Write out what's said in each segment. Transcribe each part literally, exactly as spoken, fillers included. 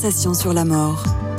conversations sur la mort.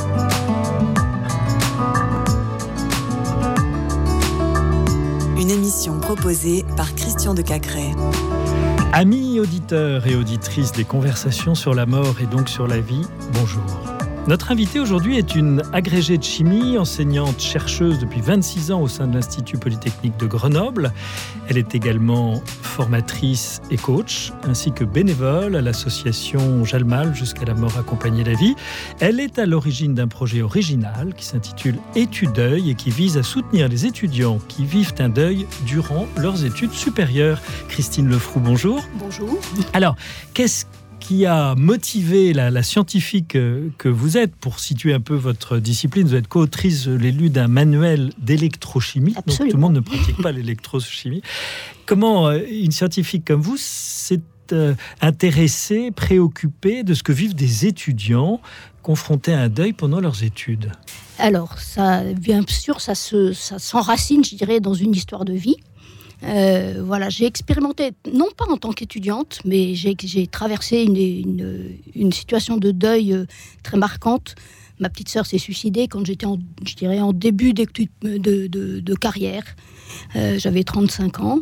Une émission proposée par Christian de Cacré. Amis auditeurs et auditrices des conversations sur la mort et donc sur la vie, bonjour. Notre invitée aujourd'hui est une agrégée de chimie, enseignante chercheuse depuis vingt-six ans au sein de l'Institut Polytechnique de Grenoble. Elle est également formatrice et coach, ainsi que bénévole à l'association Jalmal jusqu'à la mort accompagner la vie. Elle est à l'origine d'un projet original qui s'intitule Études-Deuil et qui vise à soutenir les étudiants qui vivent un deuil durant leurs études supérieures. Christine Lefroux, bonjour. Bonjour. Alors, qu'est-ce qui a motivé la, la scientifique que vous êtes pour situer un peu votre discipline? Vous êtes co-autrice, je l'ai lu, d'un manuel d'électrochimie. Absolument. Donc tout le monde ne pratique pas l'électrochimie. Comment une scientifique comme vous s'est euh, intéressée, préoccupée de ce que vivent des étudiants confrontés à un deuil pendant leurs études? Alors, ça, bien sûr, ça, se, ça s'enracine, je dirais, dans une histoire de vie. Euh, voilà, j'ai expérimenté, non pas en tant qu'étudiante, mais j'ai, j'ai traversé une, une, une situation de deuil euh, très marquante. Ma petite sœur s'est suicidée quand j'étais, en, je dirais, en début de, de, de, de carrière. Euh, j'avais trente-cinq ans.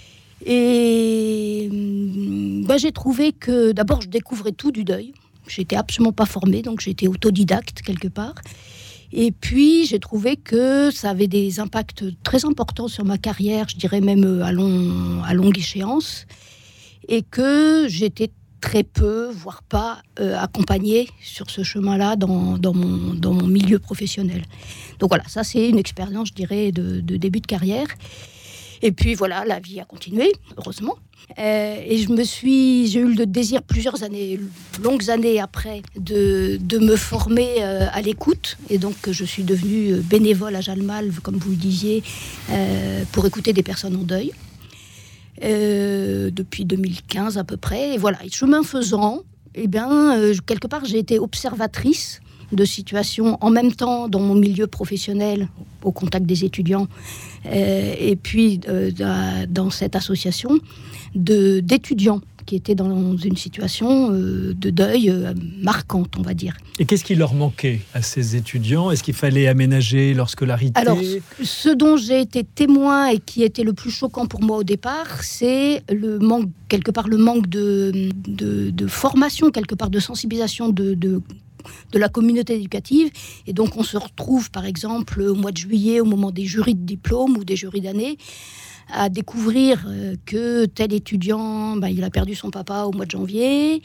Et ben, j'ai trouvé que, d'abord, je découvrais tout du deuil. J'étais absolument pas formée, donc j'étais autodidacte quelque part. Et puis, j'ai trouvé que ça avait des impacts très importants sur ma carrière, je dirais même à, long, à longue échéance, et que j'étais très peu, voire pas, euh, accompagnée sur ce chemin-là dans, dans, mon, dans mon milieu professionnel. Donc voilà, ça c'est une expérience, je dirais, de, de début de carrière. Et puis voilà, la vie a continué, heureusement. Euh, et je me suis, j'ai eu le désir plusieurs années, longues années après, de, de me former euh, à l'écoute. Et donc, je suis devenue bénévole à Jalmal, comme vous le disiez, euh, pour écouter des personnes en deuil. Euh, depuis deux mille quinze à peu près. Et voilà, et chemin faisant, eh bien, euh, quelque part, j'ai été observatrice de situations en même temps dans mon milieu professionnel, au contact des étudiants, euh, et puis euh, dans cette association de, d'étudiants qui étaient dans une situation euh, de deuil euh, marquante, on va dire. Et qu'est-ce qui leur manquait à ces étudiants? Est-ce qu'il fallait aménager leur scolarité? Alors, ce dont j'ai été témoin et qui était le plus choquant pour moi au départ, c'est le manque, quelque part, le manque de, de, de formation, quelque part, de sensibilisation de... de de la communauté éducative. Et donc, on se retrouve, par exemple, au mois de juillet, au moment des jurys de diplôme ou des jurys d'année, à découvrir que tel étudiant, ben, il a perdu son papa au mois de janvier.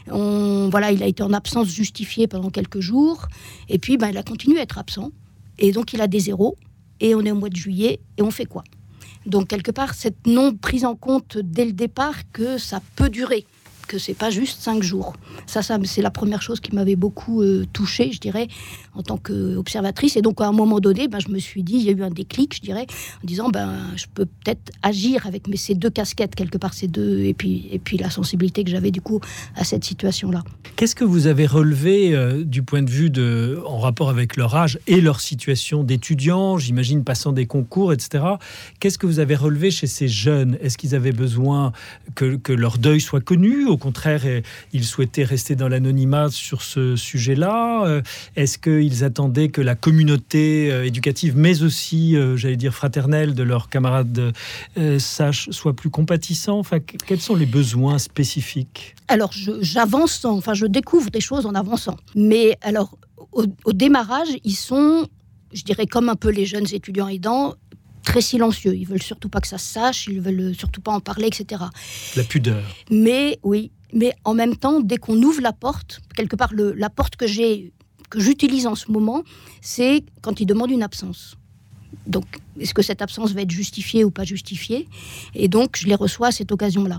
On, voilà, il a été en absence justifiée pendant quelques jours. Et puis, ben, il a continué à être absent. Et donc, il a des zéros. Et on est au mois de juillet. Et on fait quoi? Donc, quelque part, cette non prise en compte dès le départ que ça peut durer, que c'est pas juste cinq jours. Ça, ça, c'est la première chose qui m'avait beaucoup euh, touchée, je dirais, en tant qu'observatrice. Et donc, à un moment donné, ben, je me suis dit, il y a eu un déclic, je dirais, en disant, ben, je peux peut-être agir avec mes, ces deux casquettes, quelque part, ces deux, et puis, et puis la sensibilité que j'avais, du coup, à cette situation-là. Qu'est-ce que vous avez relevé euh, du point de vue de, en rapport avec leur âge et leur situation d'étudiants, j'imagine, passant des concours, et cetera. Qu'est-ce que vous avez relevé chez ces jeunes? Est-ce qu'ils avaient besoin que, que leur deuil soit connu? Au contraire, ils souhaitaient rester dans l'anonymat sur ce sujet-là. Est-ce qu'ils attendaient que la communauté éducative, mais aussi, j'allais dire, fraternelle de leurs camarades sages, soit plus compatissant? Enfin, quels sont les besoins spécifiques? Alors, je, j'avance, en, enfin, je découvre des choses en avançant. Mais alors, au, au démarrage, ils sont, je dirais, comme un peu les jeunes étudiants aidants, très silencieux. Ils veulent surtout pas que ça se sache, ils veulent surtout pas en parler, et cetera. La pudeur. Mais oui, mais en même temps, dès qu'on ouvre la porte, quelque part, le, la porte que j'ai, que j'utilise en ce moment, c'est quand ils demandent une absence. Donc, est-ce que cette absence va être justifiée ou pas justifiée? Et donc, je les reçois à cette occasion-là.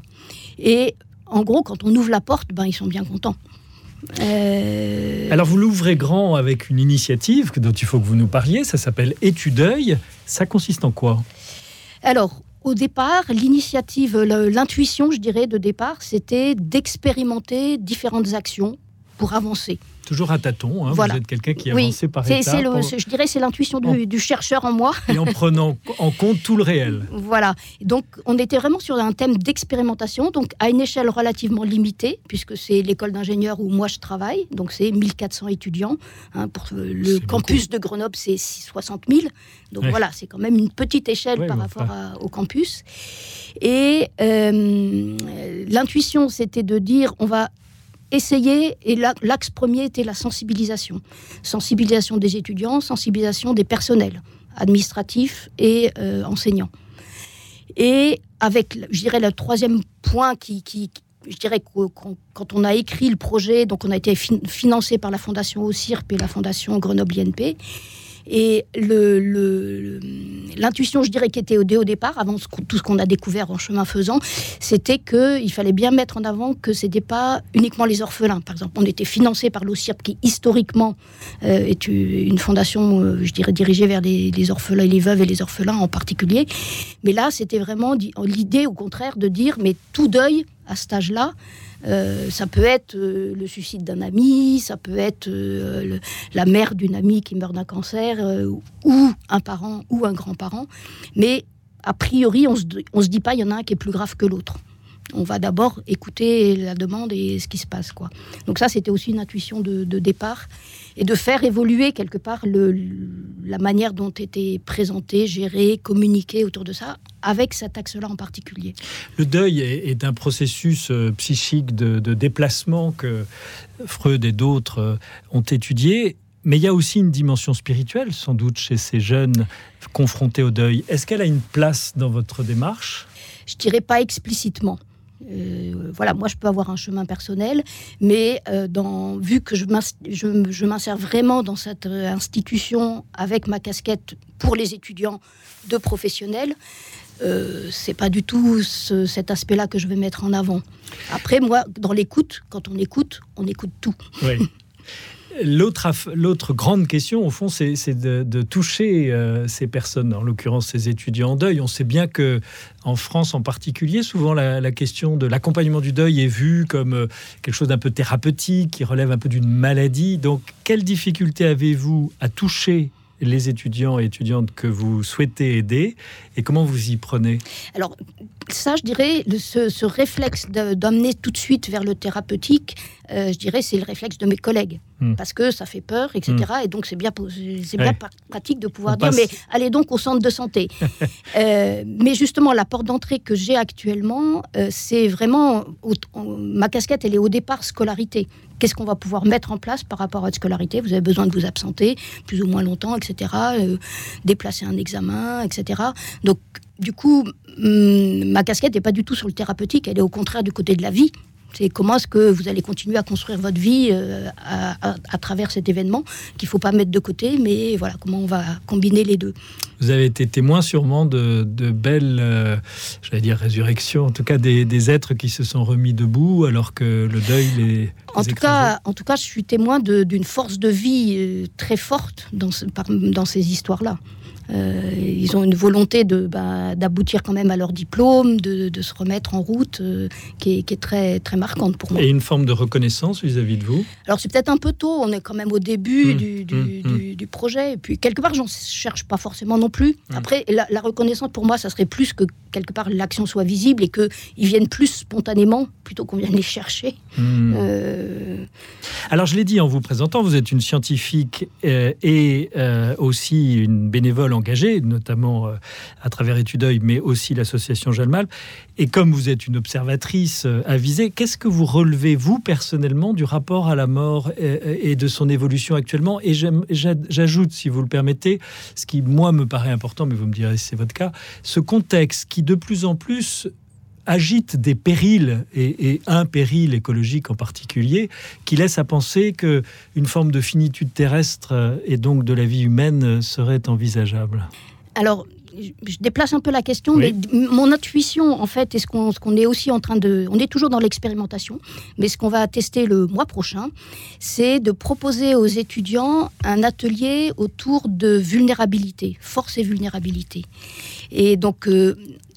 Et en gros, quand on ouvre la porte, ben, ils sont bien contents. Euh... Alors vous l'ouvrez grand avec une initiative dont il faut que vous nous parliez, ça s'appelle Études-Deuil. Ça consiste en quoi? Alors, au départ, l'initiative, l'intuition, je dirais, de départ, c'était d'expérimenter différentes actions pour avancer. Toujours à tâtons, hein, voilà. Vous êtes quelqu'un qui oui. avance par c'est, étapes. C'est le, en... c'est, je dirais c'est l'intuition du, en... du chercheur en moi. Et en prenant en compte tout le réel. Voilà. Donc, on était vraiment sur un thème d'expérimentation, donc à une échelle relativement limitée, puisque c'est l'école d'ingénieurs où moi je travaille, donc c'est mille quatre cents étudiants. Hein, pour le c'est campus beaucoup. De Grenoble, c'est soixante mille. Donc ouais. Voilà, c'est quand même une petite échelle ouais, par rapport à, au campus. Et euh, l'intuition, c'était de dire, on va essayer, et l'axe premier était la sensibilisation. Sensibilisation des étudiants, sensibilisation des personnels administratifs et euh, enseignants. Et avec, je dirais, le troisième point qui, qui je dirais que quand on a écrit le projet, donc on a été fin, financé par la Fondation O C I R P et la Fondation Grenoble I N P. Et le, le, l'intuition, je dirais, qui était au, au départ, avant ce, tout ce qu'on a découvert en chemin faisant, c'était qu'il fallait bien mettre en avant que ce n'était pas uniquement les orphelins. Par exemple, on était financé par l'O C I R P, qui historiquement euh, est une fondation, euh, je dirais, dirigée vers les, les orphelins et les veuves et les orphelins en particulier. Mais là, c'était vraiment l'idée, au contraire, de dire, mais tout deuil à cet âge-là, Euh, ça peut être euh, le suicide d'un ami, ça peut être euh, le, la mère d'une amie qui meurt d'un cancer, euh, ou un parent ou un grand-parent. Mais a priori, on ne se dit pas il y en a un qui est plus grave que l'autre. On va d'abord écouter la demande et ce qui se passe, quoi. Donc ça, c'était aussi une intuition de, de départ. Et de faire évoluer quelque part le, la manière dont était présenté, géré, communiqué autour de ça, avec cet axe-là en particulier. Le deuil est, est un processus euh, psychique de, de déplacement que Freud et d'autres euh, ont étudié. Mais il y a aussi une dimension spirituelle, sans doute, chez ces jeunes confrontés au deuil. Est-ce qu'elle a une place dans votre démarche ? Je ne dirais pas explicitement. Euh, voilà, moi je peux avoir un chemin personnel, mais euh, dans, vu que je, je, je m'insère vraiment dans cette institution avec ma casquette pour les étudiants de professionnels, euh, c'est pas du tout ce, cet aspect-là que je vais mettre en avant. Après, moi, dans l'écoute, quand on écoute, on écoute tout. Oui. L'autre, l'autre grande question, au fond, c'est, c'est de, de toucher euh, ces personnes, en l'occurrence ces étudiants en deuil. On sait bien que, en France en particulier, souvent la, la question de l'accompagnement du deuil est vue comme euh, quelque chose d'un peu thérapeutique, qui relève un peu d'une maladie. Donc, quelle difficulté avez-vous à toucher les étudiants et étudiantes que vous souhaitez aider, et comment vous y prenez ? Alors, ça, je dirais, le, ce, ce réflexe de, d'amener tout de suite vers le thérapeutique, euh, je dirais, c'est le réflexe de mes collègues. Mmh. Parce que ça fait peur, et cetera. Mmh. Et donc, c'est bien, c'est bien ouais. pratique de pouvoir On dire, passe... mais allez donc au centre de santé. euh, mais justement, la porte d'entrée que j'ai actuellement, euh, c'est vraiment... Ma casquette, elle est au départ scolarité. Qu'est-ce qu'on va pouvoir mettre en place par rapport à votre scolarité ? Vous avez besoin de vous absenter plus ou moins longtemps, et cetera. Euh, déplacer un examen, et cetera. Donc, du coup, hum, ma casquette n'est pas du tout sur le thérapeutique, elle est au contraire du côté de la vie. C'est comment est-ce que vous allez continuer à construire votre vie euh, à, à, à travers cet événement qu'il ne faut pas mettre de côté, mais voilà, comment on va combiner les deux. Vous avez été témoin sûrement de, de belles, euh, j'allais dire résurrections, en tout cas des, des êtres qui se sont remis debout alors que le deuil les, les en tout cas, en tout cas, je suis témoin de, d'une force de vie euh, très forte dans, ce, par, dans ces histoires-là. Euh, ils ont une volonté de, bah, d'aboutir quand même à leur diplôme, de, de se remettre en route, euh, qui, est, qui est très, très marquante pour moi. Et une forme de reconnaissance vis-à-vis de vous ? Alors c'est peut-être un peu tôt, on est quand même au début mmh, du, du, mmh, du, du projet, et puis quelque part j'en cherche pas forcément non plus. Mmh. Après la, la reconnaissance pour moi, ça serait plus que quelque part l'action soit visible et qu'ils viennent plus spontanément plutôt qu'on vienne les chercher. Mmh. Euh... Alors je l'ai dit en vous présentant, vous êtes une scientifique euh, et euh, aussi une bénévole engagée, notamment euh, à travers Étudeuil, mais aussi l'association Jalmal. Et comme vous êtes une observatrice euh, avisée, qu'est-ce que vous relevez, vous, personnellement, du rapport à la mort et, et de son évolution actuellement ? Et j'ajoute, si vous le permettez, ce qui, moi, me paraît important, mais vous me direz si c'est votre cas, ce contexte qui, de plus en plus, agite des périls, et, et un péril écologique en particulier, qui laisse à penser qu'une forme de finitude terrestre et donc de la vie humaine serait envisageable. Alors, je déplace un peu la question, oui. mais mon intuition, en fait, est ce qu'on, ce qu'on est aussi en train de... On est toujours dans l'expérimentation, mais ce qu'on va tester le mois prochain, c'est de proposer aux étudiants un atelier autour de vulnérabilité, force et vulnérabilité. Et donc... Euh,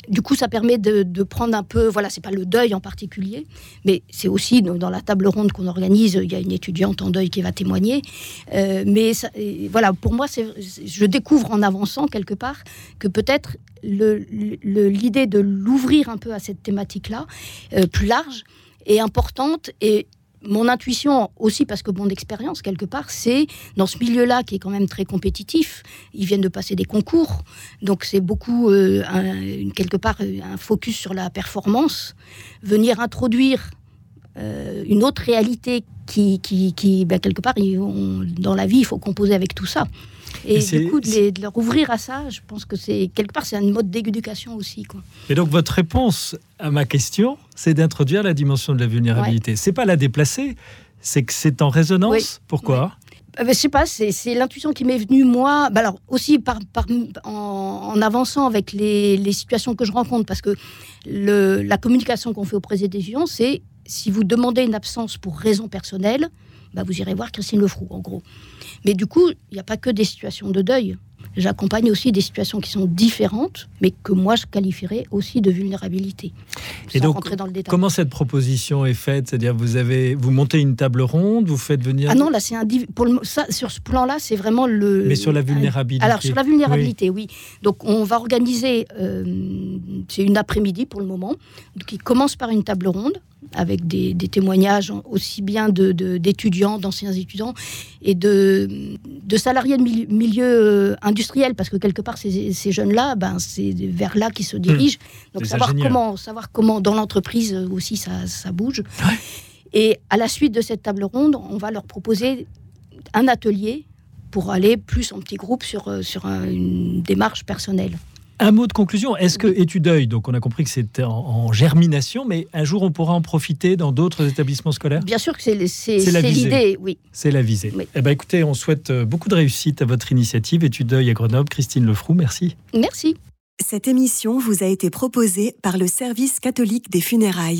du coup, ça permet de, de prendre un peu, voilà, c'est pas le deuil en particulier, mais c'est aussi dans la table ronde qu'on organise, il y a une étudiante en deuil qui va témoigner. Euh, mais ça, voilà, pour moi, c'est, je découvre en avançant quelque part que peut-être le, le, l'idée de l'ouvrir un peu à cette thématique-là, euh, plus large, est importante. Et mon intuition aussi, parce que mon expérience quelque part, c'est dans ce milieu-là qui est quand même très compétitif. Ils viennent de passer des concours, donc c'est beaucoup euh, un, quelque part un focus sur la performance. Venir introduire euh, une autre réalité qui, qui, qui ben, quelque part, ils ont, dans la vie, il faut composer avec tout ça. Et c'est, du coup, de, les, de leur ouvrir à ça, je pense que c'est quelque part, c'est un mode d'éducation aussi, quoi. Et donc, votre réponse à ma question, c'est d'introduire la dimension de la vulnérabilité. Ouais. C'est pas la déplacer, c'est que c'est en résonance. Oui. Pourquoi ? Ouais. Euh, ben, je sais pas, c'est, c'est l'intuition qui m'est venue, moi, ben alors aussi par, par, en, en avançant avec les, les situations que je rencontre, parce que le, la communication qu'on fait auprès des étudiants, c'est si vous demandez une absence pour raison personnelle, ben vous irez voir Christine Lefroux, en gros. Mais du coup, il n'y a pas que des situations de deuil. J'accompagne aussi des situations qui sont différentes, mais que moi, je qualifierais aussi de vulnérabilité. Et donc, rentrer dans le détail. Comment cette proposition est faite ? C'est-à-dire, vous, avez, vous montez une table ronde, vous faites venir... Ah non, là, c'est un... Pour le, ça, sur ce plan-là, c'est vraiment le... Mais sur la vulnérabilité. Un, alors, sur la vulnérabilité, oui. oui. Donc, on va organiser... Euh, c'est une après-midi, pour le moment, qui commence par une table ronde, avec des, des témoignages aussi bien de, de, d'étudiants, d'anciens étudiants, et de, de salariés de milieu, milieu euh, industriel, parce que quelque part, ces, ces jeunes-là, ben, c'est vers là qu'ils se dirigent. Mmh. Donc, savoir comment, savoir comment, dans l'entreprise aussi, ça, ça bouge. Ouais. Et à la suite de cette table ronde, on va leur proposer un atelier pour aller plus en petits groupes sur, sur un, une démarche personnelle. Un mot de conclusion, est-ce que Étudeuil, donc on a compris que c'était en, en germination, mais un jour on pourra en profiter dans d'autres établissements scolaires ? Bien sûr que c'est, c'est, c'est, c'est l'idée, oui. C'est la visée. Oui. Eh ben, écoutez, on souhaite beaucoup de réussite à votre initiative Étudeuil à Grenoble. Christine Lefroux, merci. Merci. Cette émission vous a été proposée par le Service catholique des funérailles.